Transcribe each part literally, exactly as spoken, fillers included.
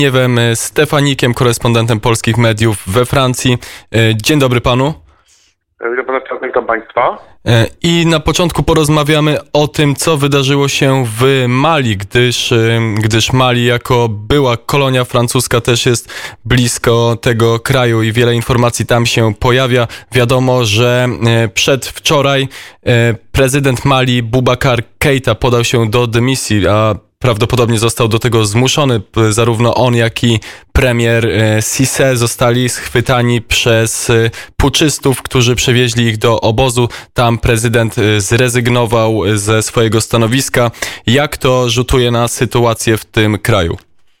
Niewem Stefanikiem, korespondentem polskich mediów we Francji. Dzień dobry panu. Witam pana, witam państwa. I na początku porozmawiamy o tym, co wydarzyło się w Mali, gdyż, gdyż Mali jako była kolonia francuska też jest blisko tego kraju i wiele informacji tam się pojawia. Wiadomo, że przedwczoraj prezydent Mali Boubacar Keïta podał się do dymisji, a prawdopodobnie został do tego zmuszony. Zarówno on, jak i premier Cissé zostali schwytani przez puczystów, którzy przewieźli ich do obozu. Tam prezydent zrezygnował ze swojego stanowiska. Jak to rzutuje na sytuację w tym kraju?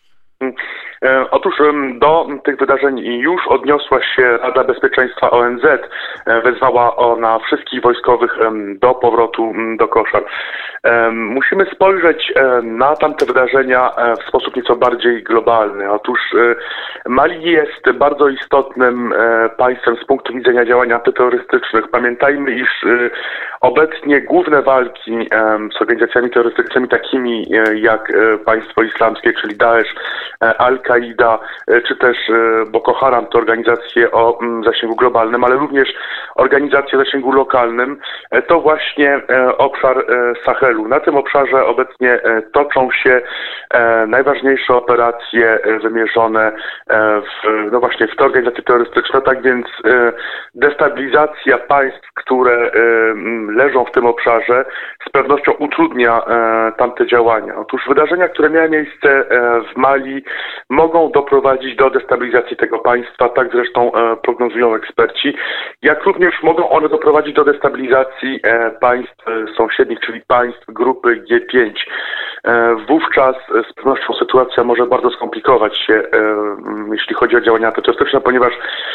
Otóż do tych wydarzeń już odniosła się Rada Bezpieczeństwa O N Z. Wezwała ona wszystkich wojskowych do powrotu do koszar. Musimy spojrzeć na tamte wydarzenia w sposób nieco bardziej globalny. Otóż Mali jest bardzo istotnym państwem z punktu widzenia działań antyterrorystycznych. Pamiętajmy, iż obecnie główne walki z organizacjami terrorystycznymi takimi jak Państwo Islamskie, czyli Daesh, Al-Kaida, czy też Boko Haram, to organizacje o zasięgu globalnym, ale również organizacje o zasięgu lokalnym, to właśnie obszar Sahelu. Na tym obszarze obecnie toczą się najważniejsze operacje wymierzone w, no właśnie w te organizacje terrorystyczne. Tak więc destabilizacja państw, które leżą w tym obszarze, z pewnością utrudnia tamte działania. Otóż wydarzenia, które miały miejsce w Mali, mogą doprowadzić do destabilizacji tego państwa, tak zresztą prognozują eksperci, jak również mogą one doprowadzić do destabilizacji państw sąsiednich, czyli państw grupy G pięć. Wówczas z pewnością sytuacja może bardzo skomplikować się, jeśli chodzi o działania antyterrorystyczne, ponieważ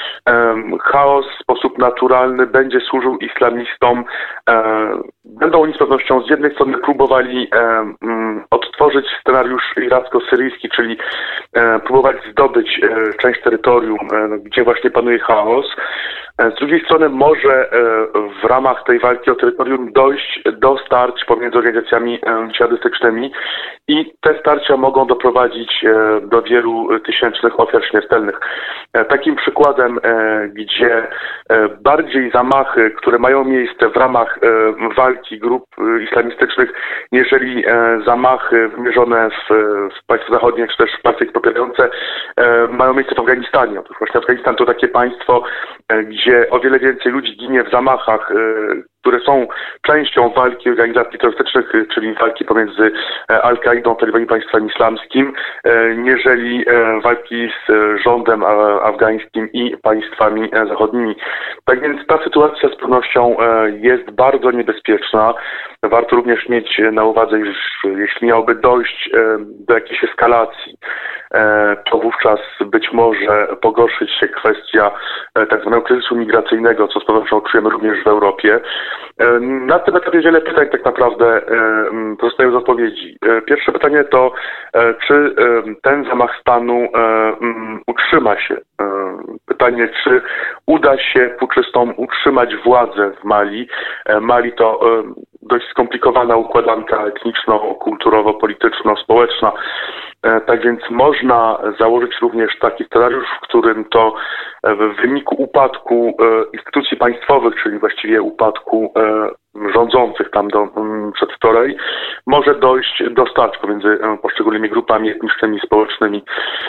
chaos w sposób naturalny będzie służył islamistom. Będą oni z pewnością z jednej strony próbowali odtworzyć scenariusz iracko-syryjski, czyli próbować zdobyć część terytorium, gdzie właśnie panuje chaos. Z drugiej strony może w ramach tej walki o terytorium dojść do starć pomiędzy organizacjami dżihadystycznymi i te starcia mogą doprowadzić do wielu tysięcznych ofiar śmiertelnych. Takim przykładem, gdzie bardziej zamachy, które mają miejsce w ramach walki grup islamistycznych, jeżeli zamachy wymierzone w, w państwa zachodnie, czy też w państwa ich popierające, mają miejsce w Afganistanie. Otóż właśnie Afganistan to takie państwo, gdzie o wiele więcej ludzi ginie w zamachach, które są częścią walki organizacji terrorystycznych, czyli walki pomiędzy Al-Kaidą, Talibanem i państwem islamskim, nieżeli walki z rządem afgańskim i państwami zachodnimi. Tak więc ta sytuacja z pewnością jest bardzo niebezpieczna. Warto również mieć na uwadze, że jeśli miałoby dojść do jakiejś eskalacji, to wówczas być może pogorszyć się kwestia tak zwanego kryzysu migracyjnego, co z pewnością czujemy również w Europie. Na tym etapie wiele pytań tak naprawdę pozostaje bez odpowiedzi. Pierwsze pytanie to, czy ten zamach stanu utrzyma się? Pytanie, czy uda się puczystom utrzymać władzę w Mali? Mali to dość skomplikowana układanka etniczno-kulturowo-polityczno-społeczna. Tak więc można założyć również taki scenariusz, w którym to w wyniku upadku instytucji państwowych, czyli właściwie upadku rządzących tam do przedwczoraj, może dojść do starć pomiędzy poszczególnymi grupami etnicznymi, społecznymi.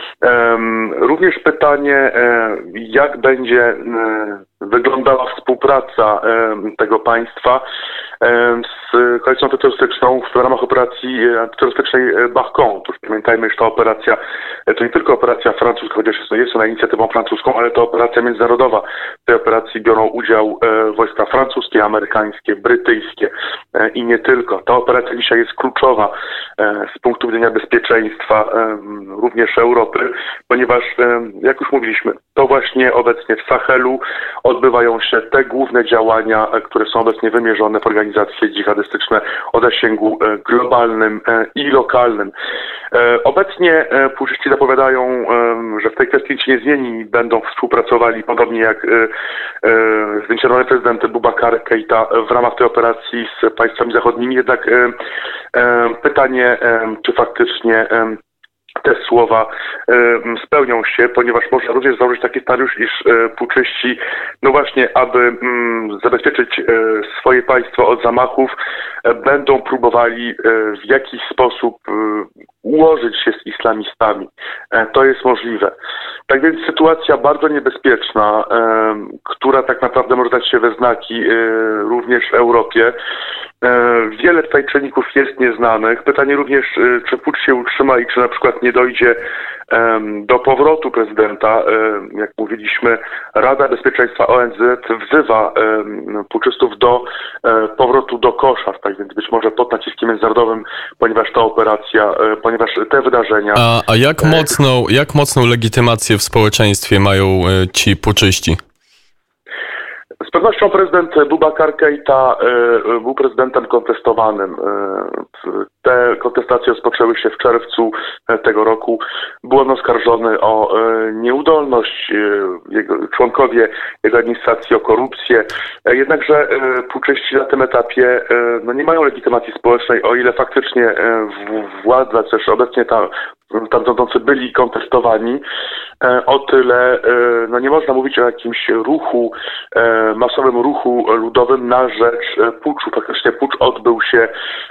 Również pytanie, jak będzie wyglądała współpraca tego państwa z koalicją antyterrorystyczną w ramach operacji antyterrorystycznej Barkhane. Otóż pamiętajmy, że ta operacja to nie tylko operacja francuska, chociaż jest ona inicjatywą francuską, ale to operacja międzynarodowa. W tej operacji biorą udział wojska francuskie, amerykańskie, brytyjskie i nie tylko. Ta operacja dzisiaj jest kluczowa z punktu widzenia bezpieczeństwa również Europy, ponieważ, jak już mówiliśmy, to właśnie obecnie w Sahelu odbywają się te główne działania, które są obecnie wymierzone w organizacje dżihadystyczne o zasięgu globalnym i lokalnym. Obecnie puszyści zapowiadają, że w tej kwestii nic się nie zmieni i będą współpracowali podobnie jak zdymisjonowany prezydent Boubacar Keïta w ramach tej operacji z państwami zachodnimi. Jednak pytanie, czy faktycznie te słowa e, spełnią się, ponieważ można również założyć taki scenariusz, iż e, puczyści, no właśnie, aby m, zabezpieczyć e, swoje państwo od zamachów, e, będą próbowali e, w jakiś sposób e, ułożyć się z islamistami. E, to jest możliwe. Tak więc sytuacja bardzo niebezpieczna, e, która tak naprawdę może dać się we znaki e, również w Europie. Wiele tutaj czynników jest nieznanych. Pytanie również, czy pucz się utrzyma i czy na przykład nie dojdzie do powrotu prezydenta. Jak mówiliśmy, Rada Bezpieczeństwa O N Z wzywa puczystów do powrotu do koszar, tak więc być może pod naciskiem międzynarodowym, ponieważ ta operacja, ponieważ te wydarzenia... A, a jak mocną, jak mocną legitymację w społeczeństwie mają ci puczyści? Z pewnością prezydent Boubacar Keïta y, był prezydentem kontestowanym. Y, te kontestacje rozpoczęły się w czerwcu tego roku. Był on oskarżony o y, nieudolność, y, jego, członkowie jego administracji o korupcję. Y, jednakże y, puczyści na tym etapie y, no nie mają legitymacji społecznej, o ile faktycznie y, władza, też obecnie ta tam rządzący byli kontestowani, o tyle no nie można mówić o jakimś ruchu, masowym ruchu ludowym na rzecz puczu. Faktycznie pucz odbył się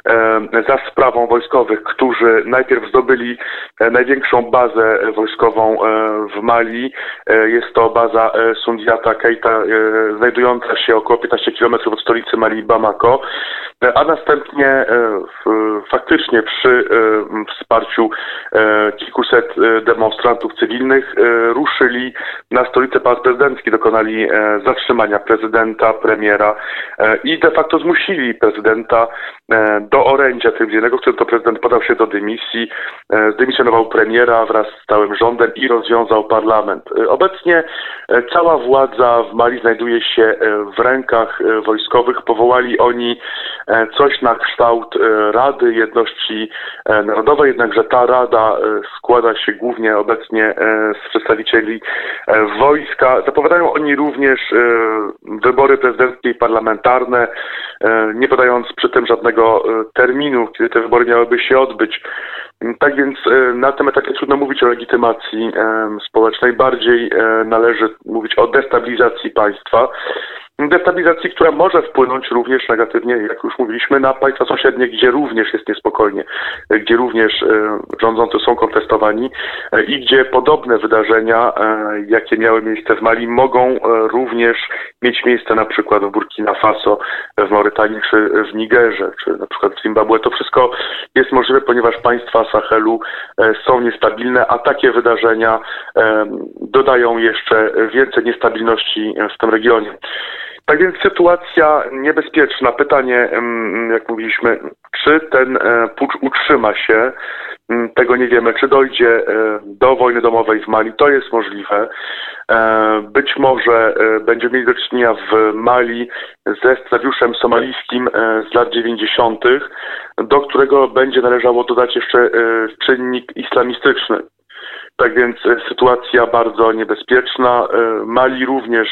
za sprawą wojskowych, którzy najpierw zdobyli największą bazę wojskową w Mali. Jest to baza Sundiata Keita, znajdująca się około piętnaście kilometrów od stolicy Mali, Bamako, a następnie faktycznie przy wsparciu kilkuset demonstrantów cywilnych ruszyli na stolicę Pałac Prezydencki, dokonali zatrzymania prezydenta, premiera i de facto zmusili prezydenta do orędzia trywialnego, w którym to prezydent podał się do dymisji, zdymisjonował premiera wraz z całym rządem i rozwiązał parlament. Obecnie cała władza w Mali znajduje się w rękach wojskowych. Powołali oni coś na kształt Rady Jedności Narodowej, jednakże ta rada składa się głównie obecnie z przedstawicieli wojska. Zapowiadają oni również wybory prezydenckie i parlamentarne, nie podając przy tym żadnego terminu, kiedy te wybory miałyby się odbyć. Tak więc na tym etapie trudno mówić o legitymacji społecznej. Bardziej należy mówić o destabilizacji państwa. Destabilizacji, która może wpłynąć również negatywnie, jak już mówiliśmy, na państwa sąsiednie, gdzie również jest niespokojnie, gdzie również e, rządzący są kontestowani e, i gdzie podobne wydarzenia, e, jakie miały miejsce w Mali, mogą e, również mieć miejsce na przykład w Burkina Faso, w Mauretanii czy w Nigerze, czy na przykład w Zimbabwe. To wszystko jest możliwe, ponieważ państwa Sahelu e, są niestabilne, a takie wydarzenia e, dodają jeszcze więcej niestabilności w tym regionie. Tak więc sytuacja niebezpieczna. Pytanie, jak mówiliśmy, czy ten pucz utrzyma się? Tego nie wiemy. Czy dojdzie do wojny domowej w Mali? To jest możliwe. Być może będziemy mieli do czynienia w Mali ze scenariuszem somalijskim z lat dziewięćdziesiątych, do którego będzie należało dodać jeszcze czynnik islamistyczny. Tak więc sytuacja bardzo niebezpieczna. Mali również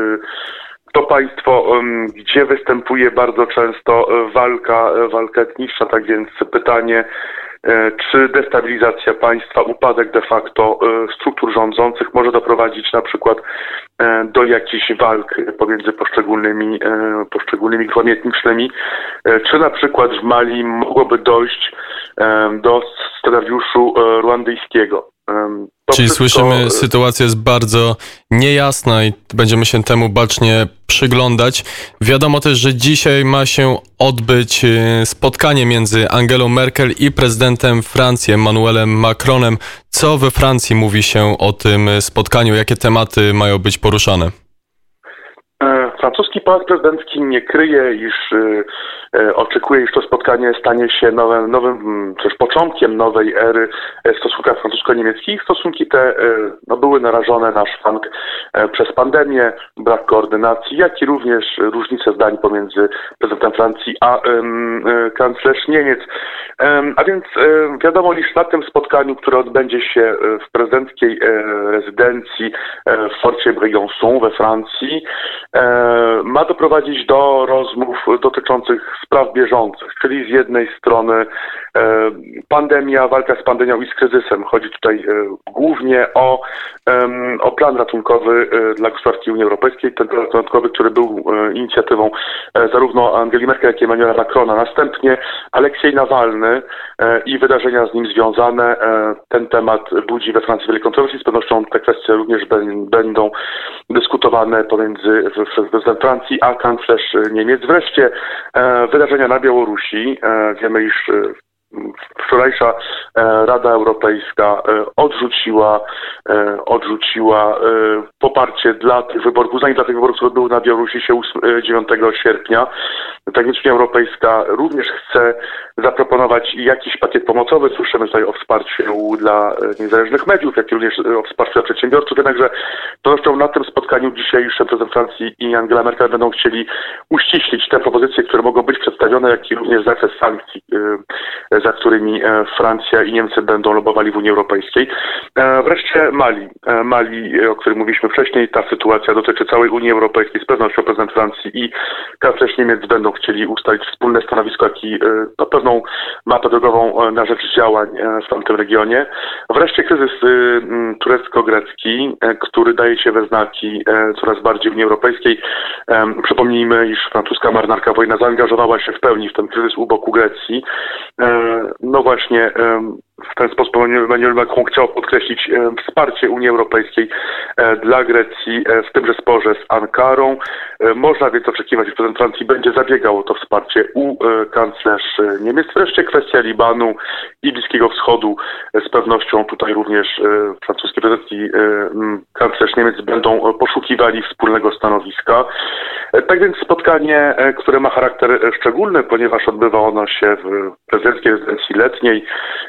to państwo, gdzie występuje bardzo często walka, walka etniczna, tak więc pytanie, czy destabilizacja państwa, upadek de facto struktur rządzących może doprowadzić na przykład do jakichś walk pomiędzy poszczególnymi, poszczególnymi grupami etnicznymi, czy na przykład w Mali mogłoby dojść do scenariuszu ruandyjskiego. To Czyli wszystko... słyszymy, sytuacja jest bardzo niejasna i będziemy się temu bacznie przyglądać. Wiadomo też, że dzisiaj ma się odbyć spotkanie między Angelą Merkel i prezydentem Francji, Emmanuelem Macronem. Co we Francji mówi się o tym spotkaniu? Jakie tematy mają być poruszane? Francuski Pałac Prezydencki nie kryje, iż y, y, oczekuje, iż to spotkanie stanie się nowym, nowym też początkiem nowej ery w stosunkach francusko-niemieckich. Stosunki te y, no, były narażone na szwank y, przez pandemię, brak koordynacji, jak i również różnice zdań pomiędzy prezydentem Francji a y, y, kanclerz Niemiec. Y, a więc y, wiadomo, iż na tym spotkaniu, które odbędzie się w prezydenckiej y, rezydencji y, w forcie Brégançon we Francji, y, ma doprowadzić do rozmów dotyczących spraw bieżących, czyli z jednej strony pandemia, walka z pandemią i z kryzysem. Chodzi tutaj głównie o, o plan ratunkowy dla gospodarki Unii Europejskiej, ten plan ratunkowy, który był inicjatywą zarówno Angeli Merkel, jak i Emmanuela Macrona. Następnie Aleksiej Nawalny i wydarzenia z nim związane. Ten temat budzi we Francji wiele kontrowersji. Z pewnością te kwestie również będą dyskutowane pomiędzy prezydentem Francji a kanclerz Niemiec. Wreszcie wydarzenia na Białorusi. Wiemy, iż wczorajsza Rada Europejska odrzuciła, odrzuciła poparcie dla tych wyborów, uznanie dla tych wyborów, które były na Białorusi się dziewiątego sierpnia. Tak więc Unia Europejska również chce zaproponować jakiś pakiet pomocowy. Słyszymy tutaj o wsparciu dla niezależnych mediów, jak i również o wsparciu dla przedsiębiorców. Jednakże zresztą na tym spotkaniu dzisiaj prezydent Francji i Angela Merkel będą chcieli uściślić te propozycje, które mogą być przedstawione, jak i również zakres sankcji, za którymi Francja i Niemcy będą lobowali w Unii Europejskiej. Wreszcie Mali. Mali, o którym mówiliśmy wcześniej, ta sytuacja dotyczy całej Unii Europejskiej. Z pewnością prezydent Francji i kanclerz Niemiec będą chcieli ustalić wspólne stanowisko, jak i no, pewną mapę drogową na rzecz działań w tamtym regionie. Wreszcie kryzys turecko-grecki, który daje się we znaki coraz bardziej w Unii Europejskiej. Przypomnijmy, iż francuska marynarka wojenna zaangażowała się w pełni w ten kryzys u boku Grecji. No właśnie w ten sposób Emmanuel Macron chciał podkreślić wsparcie Unii Europejskiej dla Grecji w tymże sporze z Ankarą. Można więc oczekiwać, że prezydent Francji będzie zabiegał o to wsparcie u kanclerz Niemiec. Wreszcie kwestia Libanu i Bliskiego Wschodu. Z pewnością tutaj również francuski prezydent i kanclerz Niemiec będą poszukiwali wspólnego stanowiska. Tak więc spotkanie, które ma charakter szczególny, ponieważ odbywa ono się w prezydenckiej rezydencji letniej,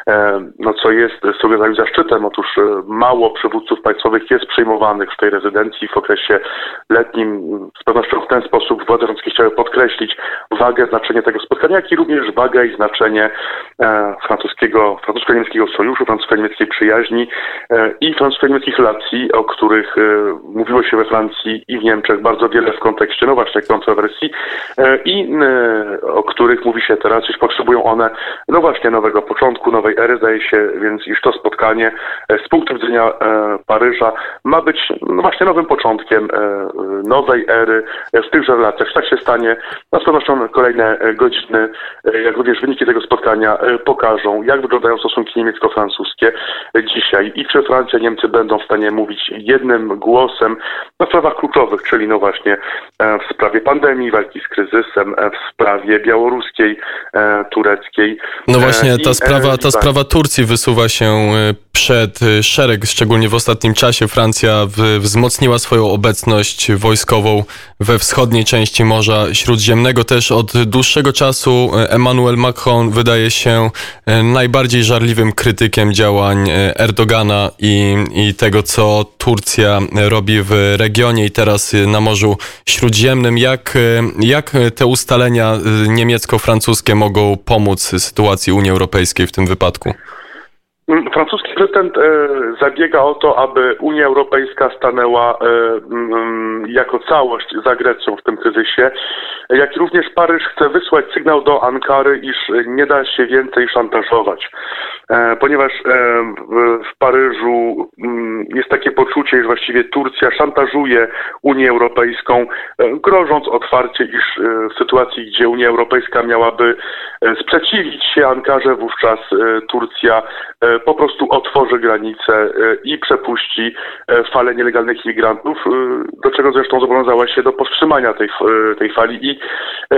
no co jest swego rodzaju zaszczytem. Otóż mało przywódców państwowych jest przyjmowanych w tej rezydencji w okresie letnim. Z pewnością w ten sposób władze francuskie chciały podkreślić wagę, znaczenie tego spotkania, jak i również wagę i znaczenie e, francuskiego, francusko-niemieckiego sojuszu, francusko-niemieckiej przyjaźni e, i francusko-niemieckich relacji, o których e, mówiło się we Francji i w Niemczech bardzo wiele w kontekście, no właśnie, kontrowersji e, i e, o których mówi się teraz, iż potrzebują one, no właśnie, nowego początku, nowej ery. Zdaje się więc, iż to spotkanie e, z punktu widzenia e, Paryża ma być, no właśnie, nowym początkiem e, nowej ery w tychże relacjach. Tak się stanie. No z pewnością kolejne godziny, jak również wyniki tego spotkania pokażą, jak wyglądają stosunki niemiecko-francuskie dzisiaj i czy Francja i Niemcy będą w stanie mówić jednym głosem na sprawach kluczowych, czyli no właśnie w sprawie pandemii, walki z kryzysem, w sprawie białoruskiej, tureckiej. No właśnie, ta sprawa, ta sprawa Turcji wysuwa się przed szereg, szczególnie w ostatnim czasie. Francja wzmocniła swoją obecność wojskową we wschodniej części Morza Śródziemnego. Też od dłuższego czasu Emmanuel Macron wydaje się najbardziej żarliwym krytykiem działań Erdogana i, i tego, co Turcja robi w regionie i teraz na Morzu Śródziemnym. Jak, jak te ustalenia niemiecko-francuskie mogą pomóc sytuacji Unii Europejskiej w tym wypadku? Francuski prezydent e, zabiega o to, aby Unia Europejska stanęła e, m, jako całość za Grecją w tym kryzysie, jak również Paryż chce wysłać sygnał do Ankary, iż nie da się więcej szantażować. E, ponieważ e, w, w Paryżu m, jest takie poczucie, iż właściwie Turcja szantażuje Unię Europejską, e, grożąc otwarcie, iż e, w sytuacji, gdzie Unia Europejska miałaby e, sprzeciwić się Ankarze, wówczas e, Turcja e, po prostu otworzy granice i przepuści falę nielegalnych imigrantów, do czego zresztą zobowiązała się do powstrzymania tej, tej fali i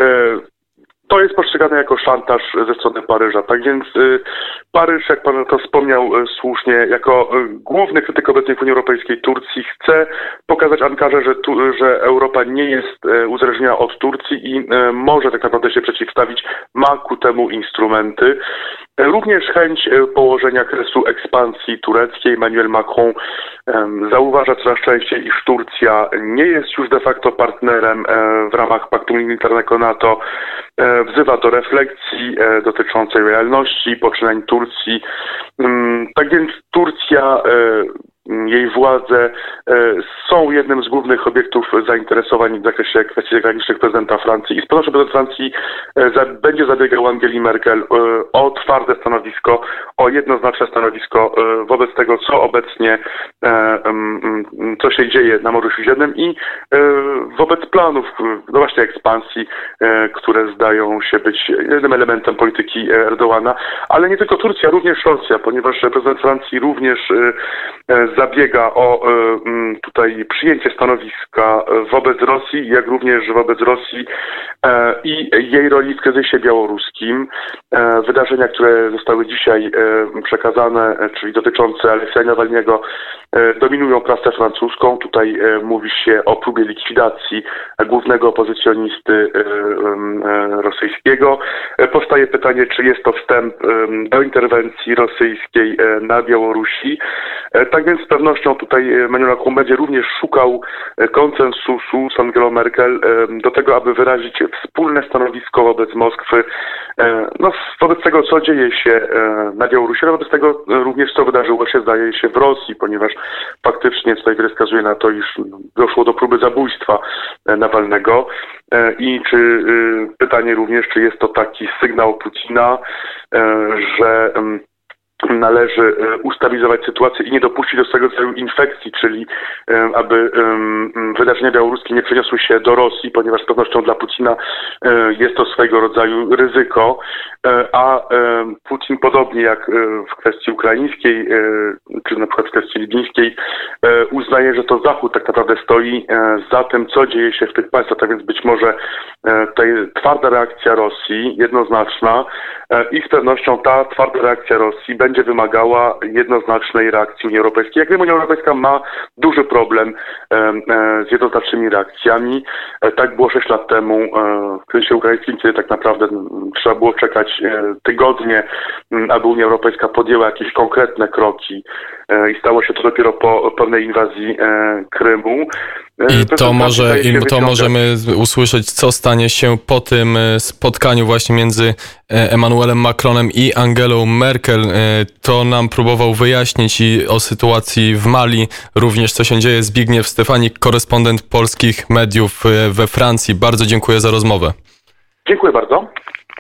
to jest postrzegane jako szantaż ze strony Paryża. Tak więc Paryż, jak pan to wspomniał słusznie, jako główny krytyk obecnej w Unii Europejskiej Turcji chce pokazać Ankarze, że, tu, że Europa nie jest uzależniona od Turcji i może tak naprawdę się przeciwstawić, ma ku temu instrumenty. Również chęć położenia kresu ekspansji tureckiej. Emmanuel Macron zauważa coraz częściej, iż Turcja nie jest już de facto partnerem w ramach paktu militarnego NATO. Wzywa do refleksji dotyczącej realności poczynań Turcji. Tak więc Turcja, jej władze są jednym z głównych obiektów zainteresowań w zakresie kwestii zagranicznych prezydenta Francji i z pewnością prezydent Francji będzie zabiegał Angeli Merkel o twarde stanowisko, o jednoznaczne stanowisko wobec tego, co obecnie, co się dzieje na Morzu Śródziemnym i wobec planów, no właśnie ekspansji, które zdają się być jednym elementem polityki Erdoğana, ale nie tylko Turcja, również Rosja, ponieważ prezydent Francji również zabiega o tutaj przyjęcie stanowiska wobec Rosji, jak również wobec Rosji i jej roli w kryzysie białoruskim. Wydarzenia, które zostały dzisiaj przekazane, czyli dotyczące Aleksieja Nawalnego, dominują prasę francuską. Tutaj mówi się o próbie likwidacji głównego opozycjonisty rosyjskiego. Powstaje pytanie, czy jest to wstęp do interwencji rosyjskiej na Białorusi. Tak więc z pewnością tutaj Emmanuel Macron będzie również szukał konsensusu z Angelą Merkel do tego, aby wyrazić wspólne stanowisko wobec Moskwy, no, wobec tego, co dzieje się na Białorusi, ale wobec tego również, co wydarzyło się, zdaje się, w Rosji, ponieważ faktycznie tutaj wiele wskazuje na to, iż doszło do próby zabójstwa Nawalnego i czy pytanie również, czy jest to taki sygnał Putina, że należy ustabilizować sytuację i nie dopuścić do swego rodzaju infekcji, czyli aby wydarzenia białoruskie nie przeniosły się do Rosji, ponieważ z pewnością dla Putina jest to swego rodzaju ryzyko, a Putin, podobnie jak w kwestii ukraińskiej, czy na przykład w kwestii libijskiej, uznaje, że to Zachód tak naprawdę stoi za tym, co dzieje się w tych państwach, tak więc być może tutaj twarda reakcja Rosji, jednoznaczna, i z pewnością ta twarda reakcja Rosji będzie wymagała jednoznacznej reakcji Unii Europejskiej. Jak wiemy, Unia Europejska ma duży problem z jednoznacznymi reakcjami. Tak było sześć lat temu w kryzysie ukraińskim, kiedy tak naprawdę trzeba było czekać tygodnie, aby Unia Europejska podjęła jakieś konkretne kroki i stało się to dopiero po pewnej inwazji Krymu. I to, może, i to możemy usłyszeć, co stanie się po tym spotkaniu właśnie między Emmanuelem Macronem i Angelą Merkel. To nam próbował wyjaśnić i o sytuacji w Mali, również co się dzieje. Zbigniew Stefanik, korespondent polskich mediów we Francji. Bardzo dziękuję za rozmowę. Dziękuję bardzo.